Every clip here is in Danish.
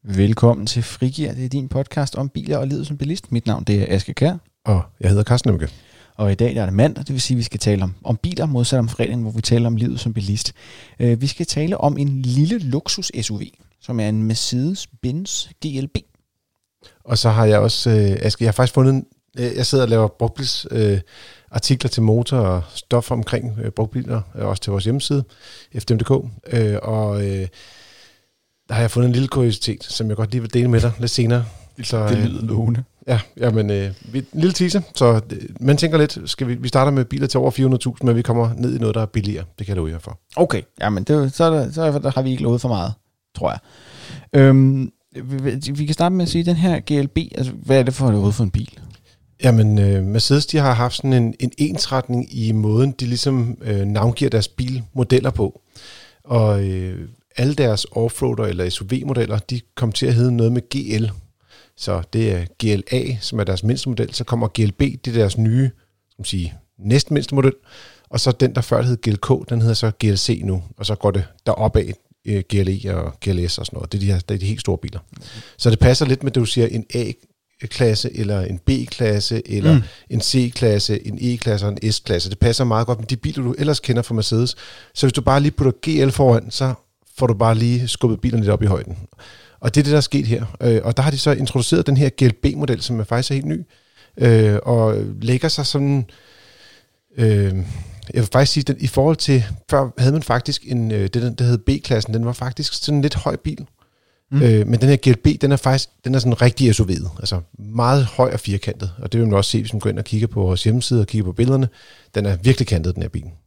Velkommen til Frigir. Det er din podcast om biler og livet som bilist. Mit navn det er Aske Kjær. Og jeg hedder Carsten Nemke. Og i dag er det mandag, det vil sige, at vi skal tale om biler, modsat om fredagen, hvor vi taler om livet som bilist. Vi skal tale om en lille luksus-SUV, som er en Mercedes-Benz GLB. Og så har jeg også, Aske, jeg har faktisk fundet, jeg sidder og laver brugtbils artikler til motor og stof omkring brugtbiler, også til vores hjemmeside, fdm.dk, og der har jeg fundet en lille kuriositet, som jeg godt lige vil dele med dig lidt senere. Så, det lyder lovende. Ja, men en lille teaser, så man tænker lidt, vi starter med biler til over 400.000, men vi kommer ned i noget, der er billigere. Det kan jeg love jer for. Okay, jamen så har vi ikke lovet for meget, tror jeg. Vi kan starte med at sige, at den her GLB, altså hvad er det for en bil? Jamen, Mercedes, de har haft sådan en ensretning i måden, de ligesom navngiver deres bilmodeller på. Og alle deres offroader eller SUV-modeller, de kom til at hedde noget med GL. Så det er GLA, som er deres mindste model. Så kommer GLB, det er deres nye, næstmindste model. Og så den, der før hed GLK, den hedder så GLC nu. Og så går det deropad, GLE og GLS og sådan noget. Det er de helt store biler. Så det passer lidt med det, du siger, en A-klasse, eller en B-klasse, eller en C-klasse, en E-klasse og en S-klasse. Det passer meget godt med de biler, du ellers kender fra Mercedes. Så hvis du bare lige putter GL foran, så får du bare lige skubbet bilerne lidt op i højden. Og det er det, der er sket her. Og der har de så introduceret den her GLB-model, som er faktisk helt ny, og lægger sig sådan... jeg vil faktisk sige, at i forhold til... Før havde man faktisk det, der hed B-klassen, den var faktisk sådan en lidt høj bil. Men den her GLB, den er sådan rigtig SUV'et. Altså meget høj og firkantet. Og det vil man også se, hvis man går ind og kigger på vores hjemmeside og kigger på billederne. Den er virkelig kantet, den her bil.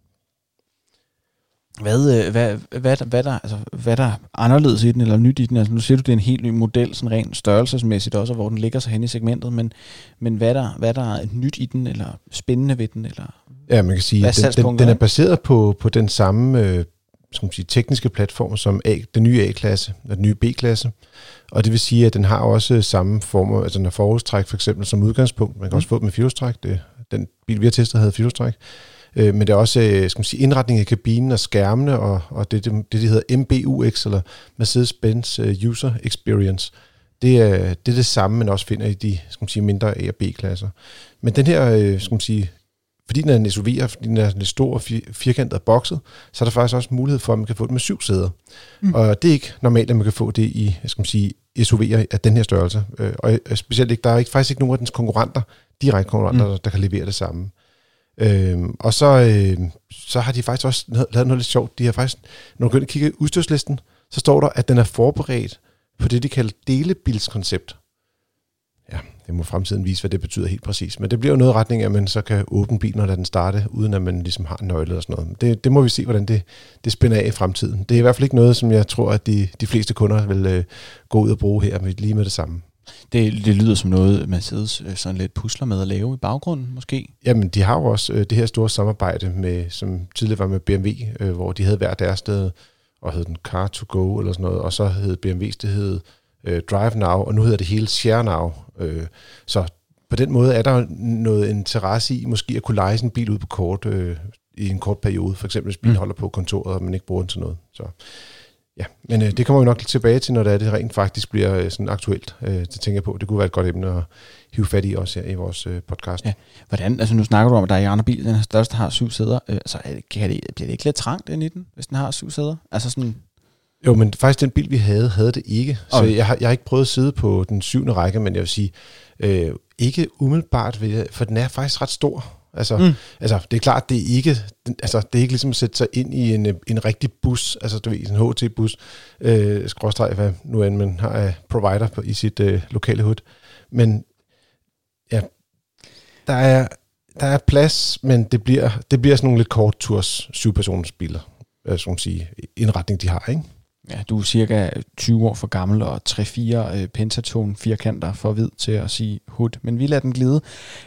Hvad der er anderledes i den, eller nyt i den? Altså, nu siger du, det er en helt ny model, sådan rent størrelsesmæssigt også, hvor den ligger sig hen i segmentet, men hvad der er nyt i den, eller spændende ved den? Eller ja, man kan sige, at den er baseret på den samme tekniske platform som den nye A-klasse og den nye B-klasse, og det vil sige, at den har også samme former, altså den har forholdstræk for eksempel som udgangspunkt. Man kan også få den med firehjulstræk. Den bil, vi har testet, havde firehjulstræk. Men det er også indretning af kabinen og skærmene, og det de hedder MBUX, eller Mercedes-Benz User Experience. Det er det samme, man også finder i de mindre A- og B-klasser. Men den her, fordi den er en SUV, og fordi den er lidt stor og firkantet og bokset, så er der faktisk også mulighed for, at man kan få det med 7 sæder. Og det er ikke normalt, at man kan få det i SUV'er af den her størrelse. Og specielt ikke, der er faktisk ikke nogen af dens direkte konkurrenter, der kan levere det samme. Og så har de faktisk også lavet noget lidt sjovt. De har faktisk, når du går ind og kigger i udstyrslisten, så står der, at den er forberedt på det, de kalder delebilskoncept. Ja, det må fremtiden vise, hvad det betyder helt præcis. Men det bliver jo noget retning, at man så kan åbne bilen og lade den starte, uden at man ligesom har en nøgle og sådan noget. Det må vi se, hvordan det spænder af i fremtiden. Det er i hvert fald ikke noget, som jeg tror, at de fleste kunder vil gå ud og bruge her lige med det samme. Det lyder som noget, Mercedes sådan lidt pusler med at lave i baggrunden, måske? Jamen, de har jo også det her store samarbejde med, som tidligere var med BMW, hvor de havde hver deres sted, og hed den Car2Go eller sådan noget, og så hed BMW's, det hed Drive Now, og nu hedder det hele Share Now. Så på den måde er der noget interesse i måske at kunne leje sin bil ud på i en kort periode, for eksempel hvis bilen holder på kontoret, og man ikke bruger den til noget. Så ja, men det kommer vi nok lidt tilbage til, når det rent faktisk bliver sådan aktuelt. Det tænker jeg på, det kunne være et godt emne at hive fat i også her i vores podcast. Ja. Hvordan, altså nu snakker du om, at der er i andre bil, den største har 7 sæder. Så bliver det ikke lidt trangt ind i den, hvis den har 7 sæder? Altså sådan... Jo, men faktisk den bil, vi havde det ikke. Så jeg har ikke prøvet at sidde på den 7. række, men jeg vil sige, ikke umiddelbart, for den er faktisk ret stor. Altså, det er klart, det er ikke ligesom at sætte sig ind i en rigtig bus, altså du ved, en HT-bus, skråstreg, hvad nu end man har af provider i sit lokale hood. Men ja, der er plads, men det bliver sådan nogle lidt kort turs 7-personers biler, indretning de har, ikke? Ja, du er cirka 20 år for gammel og 3-4 Pentaton firkanter for hvid til at sige hood, men vi lader den glide.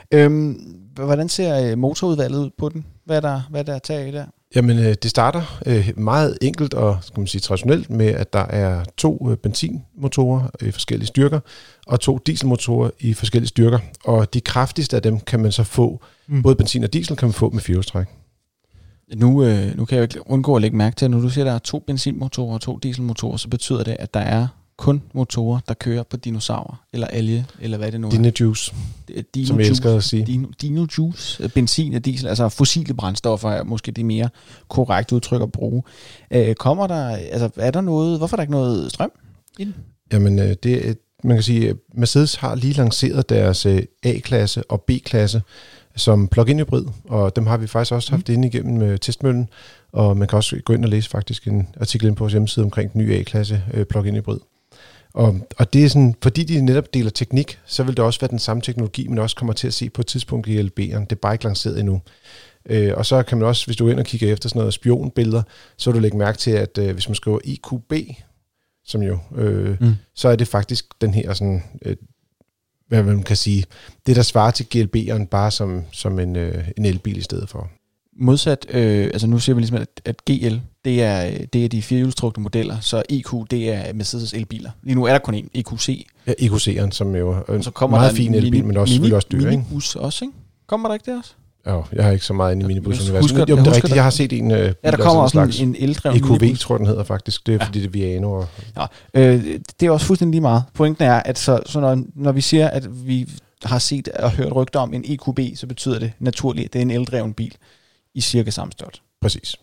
Hvordan ser motorudvalget ud på den? Hvad er der at tage i der? Jamen, det starter meget enkelt og traditionelt med, at der er 2 benzinmotorer i forskellige styrker, og 2 dieselmotorer i forskellige styrker. Og de kraftigste af dem kan man så få, både benzin og diesel kan man få med firehjulstræk. Nu kan jeg jo ikke undgå at lægge mærke til, at når du siger, at der er 2 benzinmotorer og 2 dieselmotorer, så betyder det, at der er kun motorer, der kører på dinosaurer, eller alge, eller hvad det nu er. Dino-juice, som jeg elsker at sige. Dino-juice, benzin og diesel, altså fossile brændstoffer er måske det mere korrekt udtryk at bruge. Kommer der, altså er der noget, hvorfor er der ikke noget strøm i den? Jamen, man kan sige, at Mercedes har lige lanceret deres A-klasse og B-klasse som plug-in hybrid, og dem har vi faktisk også haft inde igennem testmøllen, og man kan også gå ind og læse faktisk en artikel inde på vores hjemmeside omkring den nye A-klasse plug-in hybrid. Og det er sådan, fordi de netop deler teknik, så vil det også være den samme teknologi, men også kommer til at se på et tidspunkt i LB'eren. Det er bare ikke lanceret endnu. Og så kan man også, hvis du går ind og kigger efter sådan noget spionbilleder, så vil du lægge mærke til, at hvis man skriver EQB, som jo, så er det faktisk den her sådan, hvad man kan sige, det der svarer til GLB'eren bare som en elbil i stedet for. Modsat, altså nu siger vi ligesom, at GL, det er de firehjulstrukne modeller, så EQ, det er Mercedes elbiler. Lige nu er der kun en, EQC. Ja, EQC'eren, som jo er en meget fin elbil, men også selvfølgelig også dyr, ikke? Minibus også, ikke? Kommer der ikke det også? Ja, jeg har ikke så meget inde i minibus-universet. Jo, det er rigtigt, jeg har set en... Ja, der kommer også en eldreven EQV, minibus. Tror den hedder faktisk. Det er fordi, det er Viano. Og det er også fuldstændig lige meget. Pointen er, at så når vi siger, at vi har set og hørt rygter om en EQB, så betyder det naturligt, at det er en eldreven bil i cirka samme størrelse. Præcis.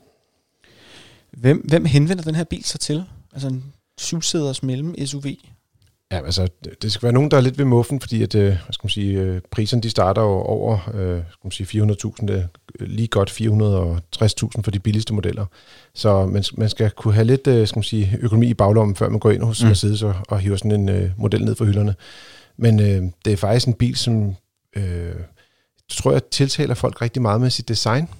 Hvem henvender den her bil sig til? Altså en 7-sæders mellem SUV? Ja, altså det skal være nogen, der er lidt ved muffen, fordi at, priserne de starter jo over 400.000, lige godt 460.000 for de billigste modeller. Så man skal kunne have lidt økonomi i baglommen, før man går ind hos Mercedes og hiver sådan en model ned fra hylderne. Men det er faktisk en bil, som tror jeg tiltaler folk rigtig meget med sit design.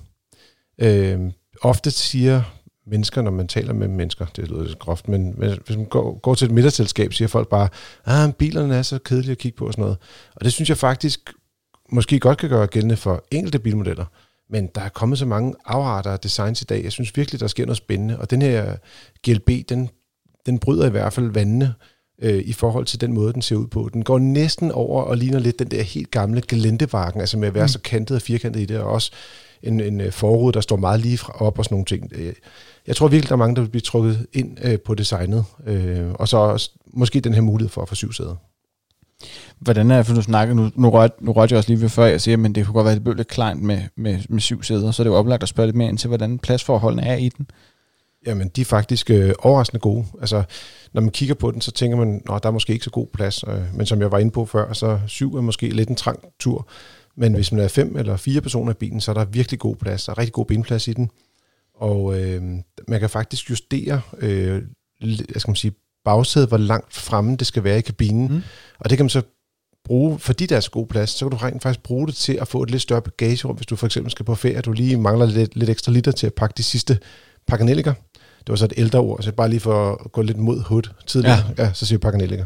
Ofte siger mennesker, når man taler med mennesker, det lyder lidt groft, men hvis man går til et middagsselskab, siger folk bare, bilerne er så kedelige at kigge på og sådan noget. Og det synes jeg faktisk måske godt kan gøre gældende for enkelte bilmodeller, men der er kommet så mange afarter af designs i dag. Jeg synes virkelig, der sker noget spændende, og den her GLB, den bryder i hvert fald vandene i forhold til den måde, den ser ud på. Den går næsten over og ligner lidt den der helt gamle Geländewagen, altså med at være så kantet og firkantet i det, og også en forrude, der står meget lige op og sådan nogle ting. Jeg tror virkelig, der er mange, der vil blive trukket ind på designet, og så også måske den her mulighed for at få 7 sæder. Hvordan er, for du snakker, nu rørte jeg også lige ved før, jeg siger, men det kunne godt være, at det blev lidt kleint med 7 sæder, så det er jo oplagt at spørge lidt mere ind til, hvordan pladsforholdene er i den. Jamen, de er faktisk overraskende gode. Altså, når man kigger på den, så tænker man, der er måske ikke så god plads, men som jeg var inde på før, så 7 er måske lidt en trang tur. Men hvis man er 5 eller 4 personer i bilen, så er der virkelig god plads. Der er rigtig god benplads i den. Og man kan faktisk justere bagsædet, hvor langt fremme det skal være i kabinen. Og det kan man så bruge, fordi der er så god plads, så kan du rent faktisk bruge det til at få et lidt større bagagerum, hvis du for eksempel skal på ferie, du lige mangler lidt ekstra liter til at pakke de sidste Paganelliker. Det var så et ældre ord, så bare lige for at gå lidt mod hood tidligere, så siger vi Paganelliker.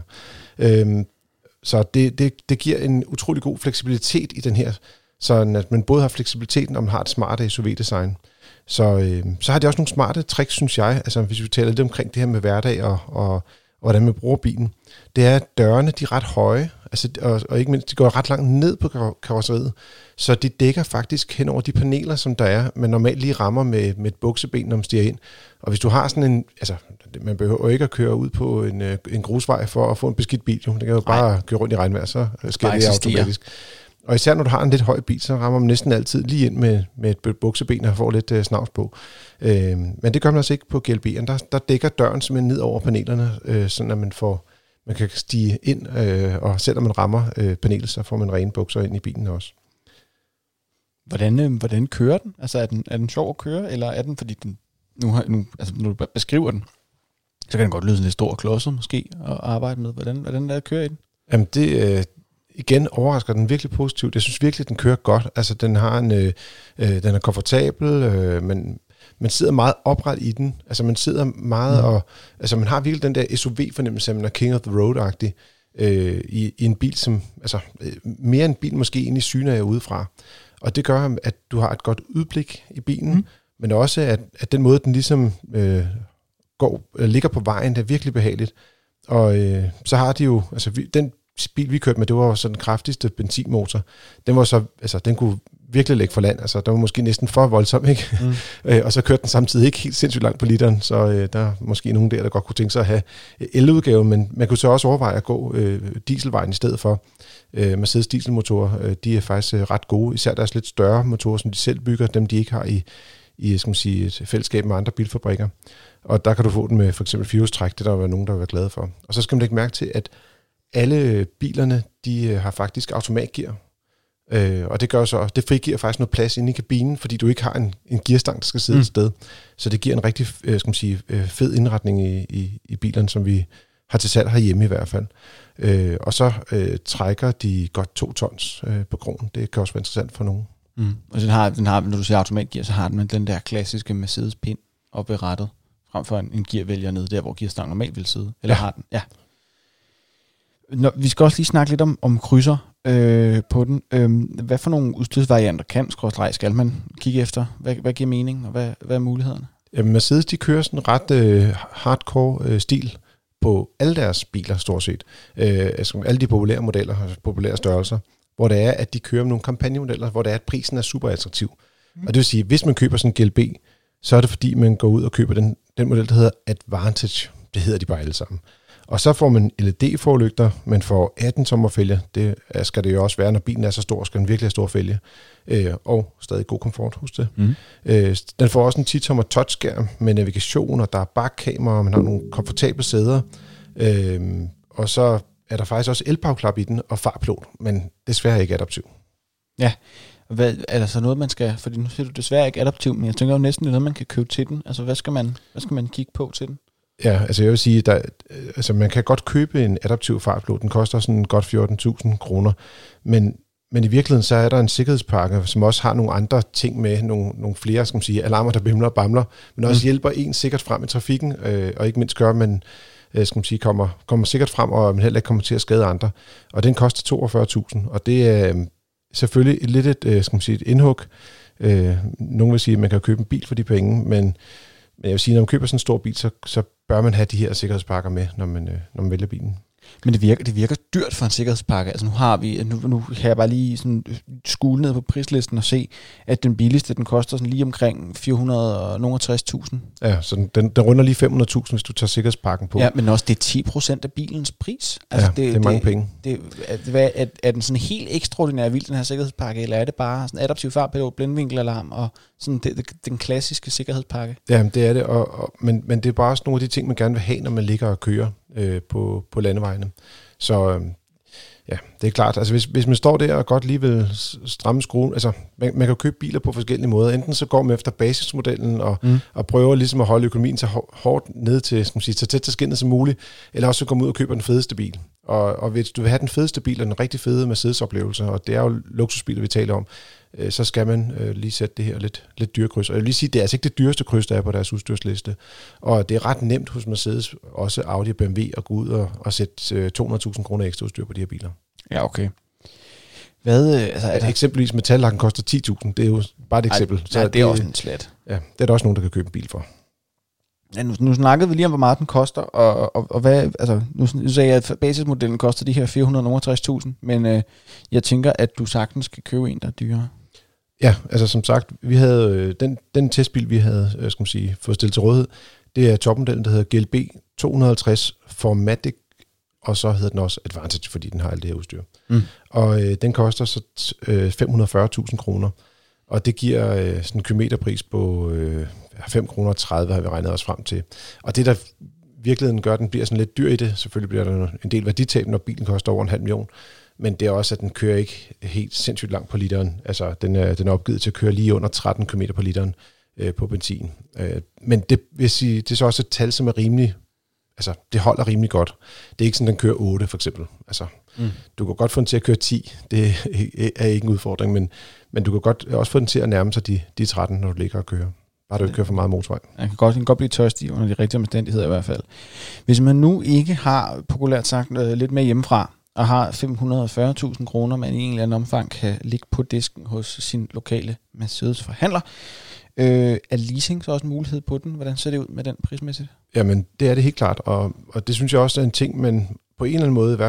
Så det giver en utrolig god fleksibilitet i den her, så at man både har fleksibiliteten, og man har et smarte SUV-design. Så har de også nogle smarte tricks, synes jeg, altså hvis vi taler lidt omkring det her med hverdag og hvordan man bruger bilen. Det er, at dørene, de er ret høje, altså, og ikke mindst, de går ret langt ned på karosseriet, så de dækker faktisk hen over de paneler, som der er, man normalt lige rammer med et bukseben, når man stiger ind. Og hvis du har sådan en, altså man behøver ikke at køre ud på en grusvej for at få en beskidt bil, jo. Det kan jo bare køre rundt i regnvejr, så sker det automatisk. Og især når du har en lidt høj bil, så rammer man næsten altid lige ind med et bukseben og får lidt snavs på. Men det gør man altså ikke på GLB'en. Der dækker døren simpelthen ned over panelerne, sådan at man kan stige ind, og selvom man rammer panelet, så får man rene bukser ind i bilen også. Hvordan kører den? Altså er den sjov at køre, eller er den, fordi den altså, når du beskriver den, så kan den godt lyde sådan lidt stor og klodset måske at arbejde med. Hvordan er det at køre i den? Jamen det igen overrasker den virkelig positivt. Jeg synes virkelig, den kører godt. Altså den har den er komfortabel, men man sidder meget opret i den. Altså man sidder meget og altså man har virkelig den der SUV-fornemmelse, at man er king of the road-agtig i en bil, som altså mere en bil måske egentlig syner jeg udefra. Og det gør, at du har et godt udblik i bilen, men også at den måde, den ligesom ligger på vejen, det er virkelig behageligt. Og så har de jo, altså den bil, vi kørte med, det var jo så den kraftigste benzinmotor. Den var så, altså den kunne virkelig lægge for land. Altså, der var måske næsten for voldsom, ikke? Og så kørte den samtidig ikke helt sindssygt langt på literen, så der er måske nogen der godt kunne tænke sig at have eludgave, men man kunne så også overveje at gå dieselvejen i stedet for. Mercedes dieselmotorer, de er faktisk ret gode, især deres lidt større motorer, som de selv bygger, dem de ikke har i skal man sige, et fællesskab med andre bilfabrikker. Og der kan du få den med for eksempel firehjulstræk, det der var nogen, der var glade for. Og så skal man lægge mærke til, at alle bilerne, de har faktisk automatgear. Og det gør så, det frigiver faktisk noget plads inde i kabinen, fordi du ikke har en gearstang, der skal sidde et sted. Så det giver en rigtig skal man sige, fed indretning i bilerne, som vi har til salg herhjemme i hvert fald. Og så trækker de godt 2 tons på krogen. Det kan også være interessant for nogen. Og den har, når du siger automatgear, så har den den der klassiske Mercedes pind oppe i rattet, frem for en gearvælger nede der, hvor gearstangen normalt vil sidde. Eller har den? Ja. Vi skal også lige snakke lidt om krydser på den. Hvad for nogle udstyrsvarianter skal man kigge efter? Hvad giver mening, og hvad er mulighederne? Mercedes, de kører sådan ret hardcore stil på alle deres biler, stort set. Alle de populære modeller, populære størrelser, hvor det er, at de kører med nogle kampagnemodeller, hvor det er, at prisen er super attraktiv. Og det vil sige, hvis man køber sådan en GLB, så er det fordi, man går ud og køber den model, der hedder Advantage. Det hedder de bare alle sammen. Og så får man LED-forlygter, man får 18-tommer fælge. Det skal det jo også være, når bilen er så stor, skal den virkelig have stor fælge. Og stadig god komfort hos det. Den får også en 10-tommer touchskærm med navigation, og der er bakkamera, og man har nogle komfortable sæder. Og så er der faktisk også elbagklap i den, og fartpilot, men desværre ikke adaptiv. Ja, er der så noget, man skal, fordi nu siger du desværre ikke adaptiv, men jeg tænker jo næsten, det er noget, man kan købe til den. Altså, hvad skal man kigge på til den? Ja, altså jeg vil sige, man kan godt købe en adaptiv fartpilot. Den koster sådan godt 14.000 kroner. Men i virkeligheden, så er der en sikkerhedspakke, som også har nogle andre ting med, nogle flere, skal man sige, alarmer, der bimler og bamler, men også hjælper en sikkert frem i trafikken, og ikke mindst gør, at man skal man sige, kommer sikkert frem, og man heller ikke kommer til at skade andre. Og den koster 42.000, og det er selvfølgelig lidt et indhug. Nogen vil sige, at man kan købe en bil for de penge, men jeg vil sige, når man køber sådan en stor bil, så bør man have de her sikkerhedspakker med, når man vælger bilen. Men det virker dyrt for en sikkerhedspakke. Altså nu kan jeg bare lige sådan skule ned på prislisten og se, at den billigste, den koster sådan lige omkring 460.000. Ja, så den runder lige 500.000, hvis du tager sikkerhedspakken på. Ja, men også det er 10% af bilens pris. Altså ja, det er mange penge. Er den sådan helt ekstraordinær vild, den her sikkerhedspakke, eller er det bare sådan adaptiv fartpilot, blindvinkelalarm og sådan den klassiske sikkerhedspakke? Ja, det er det, men det er bare også nogle af de ting, man gerne vil have, når man ligger og kører på landevejene. Så ja, det er klart. Altså hvis man står der og godt lige vil stramme skruen, altså man kan jo købe biler på forskellige måder. Enten så går man efter basismodellen og prøver ligesom at holde økonomien så hårdt ned til, skal man sige, så tæt til skinnet som muligt, eller også så går man ud og køber den fedeste bil. Og hvis du vil have den fedeste bil og den rigtig fede Mercedes-oplevelse, og det er jo luksusbiler, vi taler om, så skal man lige sætte det her lidt dyre kryds. Og jeg vil lige sige, det er altså ikke det dyreste kryds, der er på deres udstyrsliste. Og det er ret nemt hos Mercedes, også Audi og BMW, at gå ud og sætte 200.000 kroner ekstra udstyr på de her biler. Ja, okay. Eksempelvis metallakken koster 10.000, det er jo bare et eksempel. Så det er også en slat. Ja, det er der også nogen, der kan købe en bil for. Ja, nu snakkede vi lige om, hvor meget den koster, og hvad, altså, nu sagde jeg, at basismodellen koster de her 460.000, men jeg tænker, at du sagtens skal købe en, der er dyrere. Ja, altså som sagt, vi havde den testbil, vi havde skal man sige, fået stillet til rådighed, det er topmodellen, der hedder GLB 250 Formatic, og så hedder den også Advantage, fordi den har alt det her udstyr. Og den koster så 540.000 kroner, og det giver sådan en kilometerpris på 5,30 kroner har vi regnet os frem til. Og det, der virkeligheden gør, den bliver sådan lidt dyr i det. Selvfølgelig bliver der en del værditab, når bilen koster over 500.000, men det er også, at den kører ikke helt sindssygt langt på literen. Altså, den er opgivet til at køre lige under 13 km på literen på benzin. Men det vil sige, det er så også et tal, som er rimelig, altså det holder rimelig godt. Det er ikke sådan, den kører 8 for eksempel. Altså, du kan godt få den til at køre 10, det er ikke en udfordring, men du kan godt også få den til at nærme sig de 13, når du ligger og kører. Bare du ikke kører for meget motorvej. Jeg kan godt blive tørstig under de rigtige omstændigheder i hvert fald. Hvis man nu ikke har, populært sagt, lidt med hjemmefra, og har 540.000 kroner, man i en eller anden omfang kan ligge på disken hos sin lokale Mercedes forhandler, er leasing så også en mulighed på den? Hvordan ser det ud med den prismæssigt? Jamen, det er det helt klart, og det synes jeg også er en ting, man på en eller anden måde i hvert fald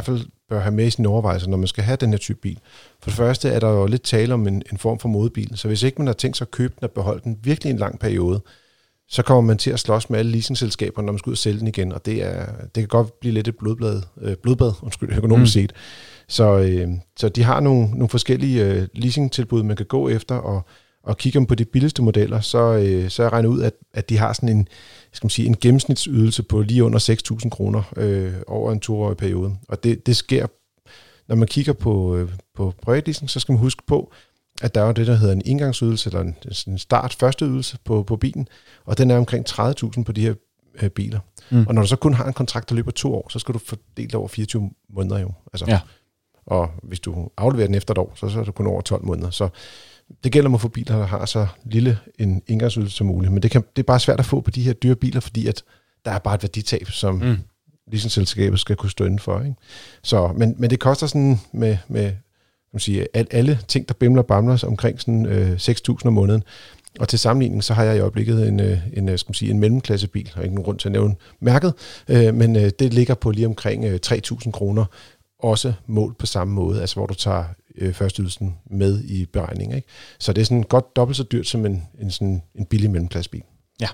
bør have med i sine overvejelser, når man skal have den her type bil. For det første er der jo lidt tale om en form for modebil, så hvis ikke man har tænkt sig at købe den og beholde den virkelig en lang periode, så kommer man til at slås med alle leasingselskaber, når man skal ud og sælge den igen, og det kan godt blive lidt et blodbad, økonomisk set. Så de har nogle forskellige leasingtilbud, man kan gå efter, og kigger man på de billigste modeller, så jeg regner ud, at de har sådan en gennemsnitsydelse på lige under 6.000 kroner over en 2-årig periode. Og det sker, når man kigger på privatleasing, så skal man huske på, at der er det, der hedder en engangsydelse, eller en første ydelse på bilen, og den er omkring 30.000 på de her biler. Og når du så kun har en kontrakt, der løber 2 år, så skal du fordele det over 24 måneder jo. Altså, ja. Og hvis du afleverer den efter et år, så er det kun over 12 måneder. Så det gælder om at få biler, der har så lille en engangsydelse som muligt. Men det er bare svært at få på de her dyre biler, fordi at der er bare et værditab, som leasingselskabet skal kunne stå inden for. Ikke? Så, men det koster sådan med alle ting, der bimler og bamler, omkring sådan 6.000 om måneden. Og til sammenligning, så har jeg i øjeblikket en mellemklassebil, og ikke nogen grund til at nævne mærket, men det ligger på lige omkring 3.000 kroner, også målt på samme måde, altså hvor du tager førsteydelsen med i beregningen. Ikke? Så det er sådan godt dobbelt så dyrt som en billig mellemklassebil. Ja.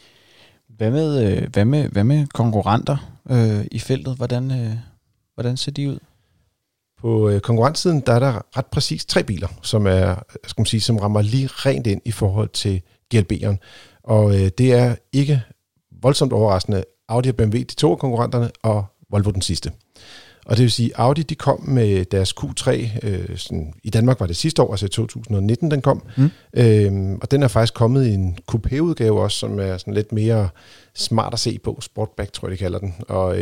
Hvad med konkurrenter i feltet? Hvordan ser de ud? På konkurrentsiden, der er der ret præcis 3 biler, som rammer lige rent ind i forhold til GLB'eren. Og det er ikke voldsomt overraskende Audi og BMW, de 2 af konkurrenterne, og Volvo den sidste. Og det vil sige, Audi de kom med deres Q3, i Danmark var det sidste år, altså i 2019 den kom. Og den er faktisk kommet i en coupé-udgave også, som er sådan lidt mere smart at se på. Sportback, tror jeg, de kalder den. Og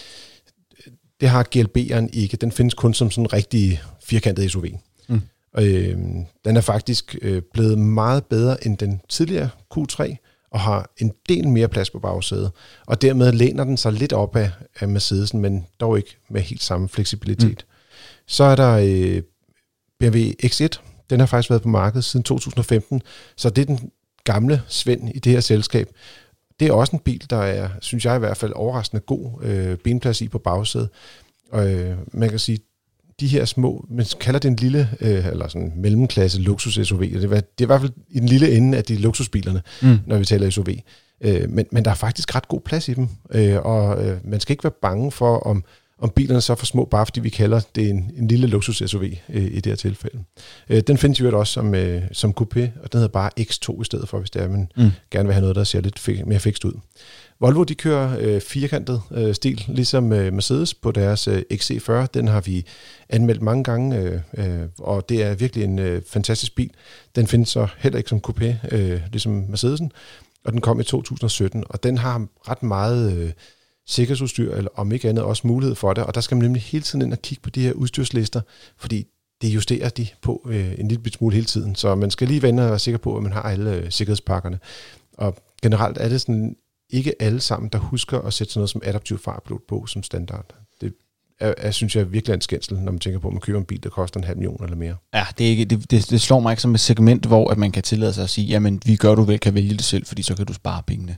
det har GLB'eren ikke. Den findes kun som sådan en rigtig firkantet SUV. Den er faktisk blevet meget bedre end den tidligere Q3, og har en del mere plads på bagsædet. Og dermed læner den sig lidt op af Mercedesen, men dog ikke med helt samme fleksibilitet. Så er der BMW X1. Den har faktisk været på markedet siden 2015, så det er den gamle Svend i det her selskab. Det er også en bil, der er, synes jeg i hvert fald, overraskende god benplads i på bagsædet. Og man kan sige, de her små, man kalder det en lille, eller sådan mellemklasse luksus-SUV. Det er i hvert fald i den lille ende af de luksusbilerne, når vi taler SUV. Men der er faktisk ret god plads i dem, og man skal ikke være bange for, om bilerne så er for små, bare fordi vi kalder det en lille luksus-SUV i det her tilfælde. Den findes jo også som coupé, og den hedder bare X2 i stedet for, hvis det er, man gerne vil have noget, der ser lidt mere fikst ud. Volvo, de kører firkantet stil, ligesom Mercedes på deres XC40. Den har vi anmeldt mange gange, og det er virkelig en fantastisk bil. Den findes så heller ikke som coupé, ligesom Mercedesen, og den kom i 2017, og den har ret meget sikkerhedsudstyr, eller om ikke andet også mulighed for det, og der skal man nemlig hele tiden ind og kigge på de her udstyrslister, fordi det justerer de på en lille smule hele tiden, så man skal lige vende og være sikker på, at man har alle sikkerhedspakkerne. Og generelt er det sådan ikke alle sammen, der husker at sætte sådan noget som adaptiv fartpilot på som standard. Det synes jeg virkelig er en skændsel, når man tænker på, at man køber en bil, der koster 500.000 eller mere. Ja, det slår mig ikke som et segment, hvor at man kan tillade sig at sige, jamen vi gør, du vel kan vælge det selv, fordi så kan du spare pengene.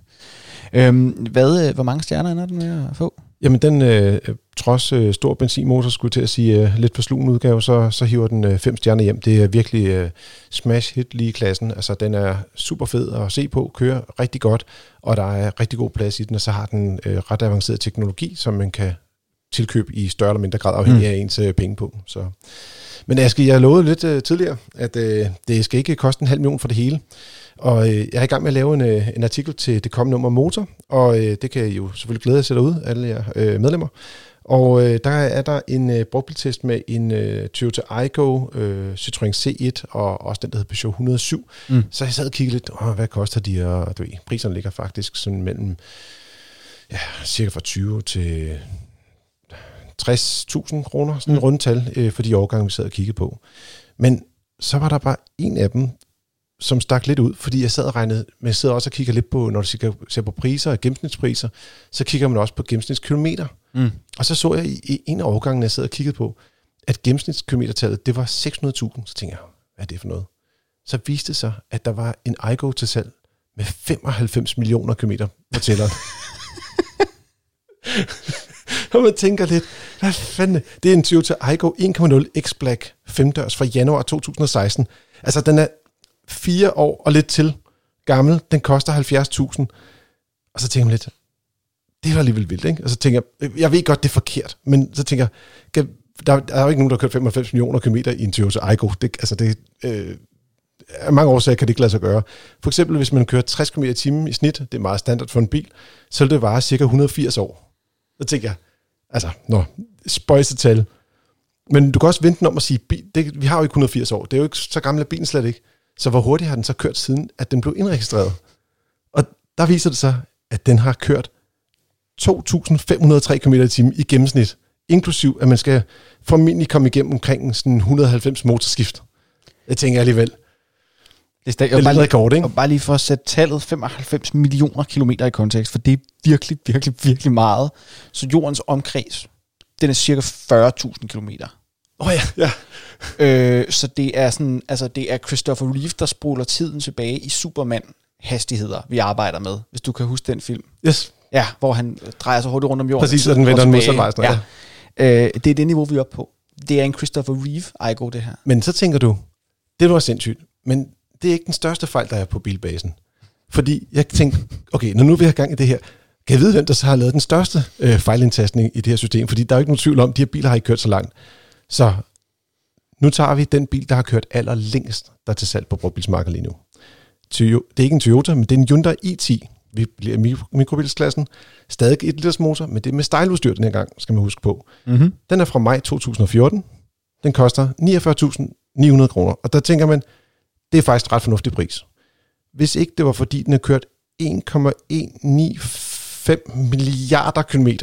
Hvor mange stjerner ender den med at få? Jamen den, trods stor benzinmotor, skulle jeg til at sige, lidt for slugen udgave, så hiver den 5 stjerner hjem. Det er virkelig smash hit lige i klassen. Altså den er super fed at se på, kører rigtig godt, og der er rigtig god plads i den, og så har den ret avanceret teknologi, som man kan tilkøbe i større eller mindre grad afhængig af ens penge på. Så. Men Aske, jeg lovede lidt tidligere, at det skal ikke koste 500.000 for det hele. Og jeg er i gang med at lave en artikel til det kommende nummer Motor, og det kan I jo selvfølgelig glæde jer til derude, alle jer medlemmer. Og der er der en brugbiltest med en Toyota Aygo, Citroën C1 og også den, der hedder Peugeot 107. Så jeg sad og kiggede lidt, hvad koster de? Og du ved, priserne ligger faktisk sådan mellem cirka fra 20 til 60.000 kroner, sådan en rundtal for de årgange, vi sad og kiggede på. Men så var der bare en af dem, som stak lidt ud, fordi jeg sad og regnede, men jeg sidder også og kigger lidt på, når du ser på priser og gennemsnitspriser, så kigger man også på gennemsnitskilometer. Og så jeg i en af årgangene, jeg sad og kiggede på, at gennemsnitskilometertallet, det var 600.000. Så tænkte jeg, hvad er det for noget? Så viste det sig, at der var en Aygo til salg med 95 millioner kilometer på tælleren. Og man tænker lidt, hvad fanden? Det er en Toyota Aygo 1.0 X-Black 5-dørs fra januar 2016. Altså, den er 4 år og lidt til gammel. Den koster 70.000. Og så tænker man lidt, det var alligevel vildt, ikke? Og så tænker jeg ved godt, det er forkert, men så tænker jeg, der er jo ikke nogen, der har kørt 95 millioner kilometer i en Toyota Aygo. Af mange årsager kan det ikke lade sig gøre. For eksempel, hvis man kører 60 km i timen i snit, det er meget standard for en bil, så vil det vare cirka 180 år. Så tænker jeg, altså, spøjsetal. Men du kan også vente om at sige, vi har jo ikke 180 år. Det er jo ikke så gammel, at bilen slet ikke. Så hvor hurtigt har den så kørt siden, at den blev indregistreret? Og der viser det sig, at den har kørt 2.503 km i timen i gennemsnit, inklusiv at man skal formentlig komme igennem omkring sådan 190 motorskift. Det tænker jeg alligevel. Det er bare rekord, ikke? Og bare lige for at sætte tallet 95 millioner kilometer i kontekst, for det er virkelig, virkelig, virkelig meget. Så jordens omkreds, den er cirka 40.000 kilometer. Ja. Så det er sådan, altså det er Christopher Reeve, der spoler tiden tilbage i Superman-hastigheder, vi arbejder med, hvis du kan huske den film. Yes. Ja, hvor han drejer sig hurtigt rundt om jorden. Præcis, og den vender en modsat vej. Ja. Det er det niveau, vi er oppe på. Det er en Christopher Reeve Aygo, det her. Men så tænker du, det var sindssygt, men det er ikke den største fejl, der er på bilbasen. Fordi jeg tænkte, okay, når nu vi har gang i det her, kan jeg vide, hvem der så har lavet den største fejlindtastning i det her system? Fordi der er jo ikke nogen tvivl om, at de her biler har ikke kørt så langt. Så nu tager vi den bil, der har kørt allerlængst, der er til salg på brugtbilsmarkedet lige nu. Det er ikke en Toyota, men det er en Hyundai i10. Vi bliver i mikrobilsklassen. Stadig 1 liters motor, men det er med stejludstyr den her gang, skal man huske på. Mm-hmm. Den er fra maj 2014. Den koster 49.900 kroner. Og der tænker man, det er faktisk ret fornuftig pris. Hvis ikke det var fordi, den har kørt 1,195 milliarder kilometer.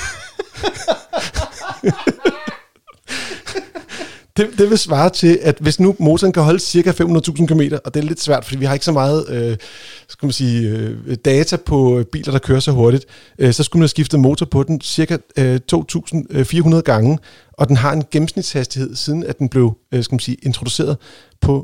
Det vil svare til, at hvis nu motoren kan holde cirka 500.000 km, og det er lidt svært, fordi vi har ikke så meget data på biler, der kører så hurtigt, så skulle man have skiftet motor på den cirka 2.400 gange, og den har en gennemsnitshastighed, siden at den blev introduceret på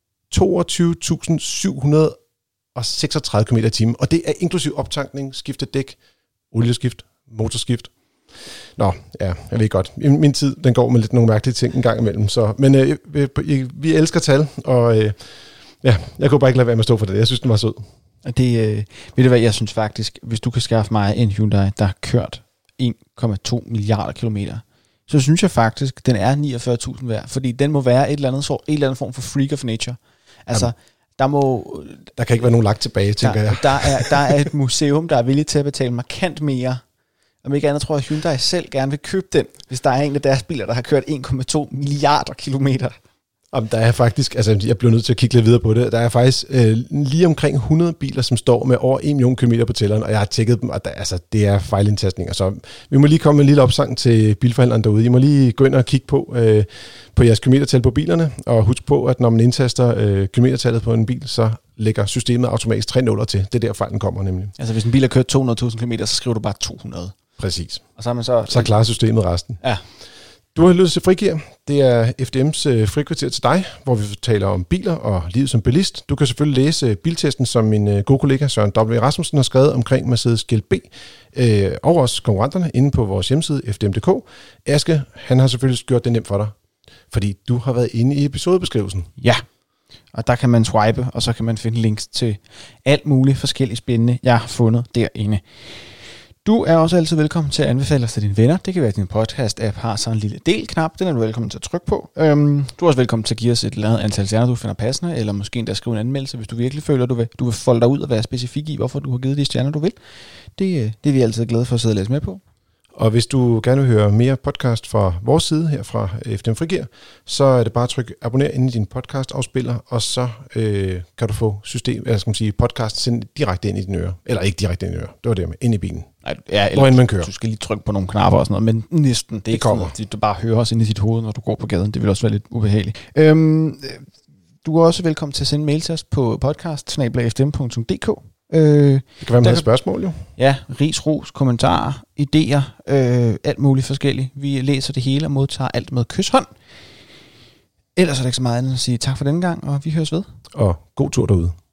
22.736 km i timen, og det er inklusiv optankning, skifte dæk, olieskift, motorskift. Nå, ja, jeg ved godt. Min tid, den går med lidt nogle mærkelige ting en gang imellem. Så, men vi elsker tal, og jeg kunne bare ikke lade være med at stå for det. Jeg synes, den var sød. Ved du hvad, jeg synes faktisk, hvis du kan skaffe mig en Hyundai, der har kørt 1,2 milliarder kilometer, så synes jeg faktisk, den er 49.000 værd, fordi den må være et eller andet form for freak of nature. Altså, der kan ikke være nogen lagt tilbage, tænker jeg. Der er et museum, der er villig til at betale markant mere. Om ikke andet tror jeg, at Hyundai selv gerne vil købe den, hvis der er en af deres biler, der har kørt 1,2 milliarder kilometer. Om der er faktisk, altså jeg bliver nødt til at kigge lidt videre på det, der er faktisk lige omkring 100 biler, som står med over 1 million kilometer på tælleren, og jeg har tjekket dem, og det er fejlindtastninger. Så vi må lige komme med en lille opsang til bilforhandleren derude. I må lige gå ind og kigge på jeres kilometertal på bilerne, og husk på, at når man indtaster kilometertallet på en bil, så lægger systemet automatisk 3 nuller til. Det er der fejlen kommer nemlig. Altså hvis en bil har kørt 200.000 km, så skriver du bare 200. Præcis. Og så, så klarer systemet resten. Ja. Du har lyttet til Frigir. Det er FDM's frikvarter til dig, hvor vi taler om biler og livet som bilist. Du kan selvfølgelig læse biltesten, som min gode kollega Søren W. Rasmussen har skrevet omkring Mercedes GLB, og også konkurrenterne inde på vores hjemmeside fdm.dk. Aske, han har selvfølgelig gjort det nemt for dig, fordi du har været inde i episodebeskrivelsen. Ja, og der kan man swipe, og så kan man finde links til alt muligt forskelligt spændende, jeg har fundet derinde. Du er også altid velkommen til at anbefale os til dine venner. Det kan være, at din podcast-app har sådan en lille del-knap. Den er du velkommen til at trykke på. Du er også velkommen til at give os et eller andet antal stjerner, du finder passende, eller måske endda skrive en anmeldelse, hvis du virkelig føler, at du vil folde dig ud og være specifik i, hvorfor du har givet de stjerner, du vil. Det er vi altid glade for at sidde og læse med på. Og hvis du gerne vil høre mere podcast fra vores side her fra FDM Frigir, så er det bare at trykke abonner inde i din podcast-afspiller, og så kan du få podcast sendt direkte ind i dine ører. Eller ikke direkte ind i dine ører, det var det med, ind i bilen. Nej, hvor man kører. Du skal lige trykke på nogle knapper og sådan noget, men næsten. Det kommer. Sådan, du bare hører os ind i dit hoved, når du går på gaden. Det vil også være lidt ubehageligt. Du er også velkommen til at sende mail til os på podcast@fdm.dk. Det kan være med spørgsmål, jo. Ja, ris, ros, kommentarer, idéer, alt muligt forskelligt. Vi læser det hele og modtager alt med kyshånd. Ellers er der ikke så meget andet at sige tak for denne gang, og vi høres ved. Og god tur derude.